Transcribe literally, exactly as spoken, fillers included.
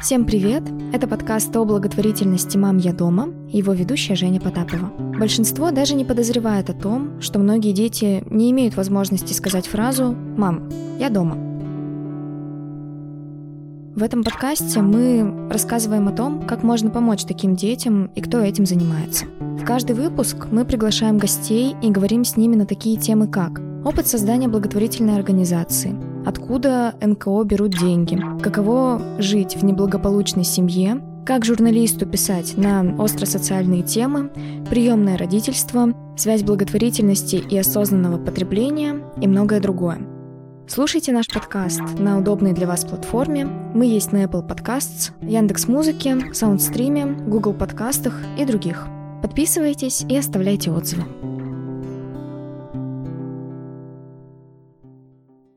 Всем привет! Это подкаст о благотворительности «Мам, я дома» и его ведущая Женя Потапова. Большинство даже не подозревает о том, что многие дети не имеют возможности сказать фразу «Мам, я дома». В этом подкасте мы рассказываем о том, как можно помочь таким детям и кто этим занимается. В каждый выпуск мы приглашаем гостей и говорим с ними на такие темы, как опыт создания благотворительной организации, откуда эн ка о берут деньги, каково жить в неблагополучной семье, как журналисту писать на остросоциальные темы, приемное родительство, связь благотворительности и осознанного потребления и многое другое. Слушайте наш подкаст на удобной для вас платформе. Мы есть на Apple Podcasts, Яндекс.Музыке, Саундстриме, Google подкастах и других. Подписывайтесь и оставляйте отзывы.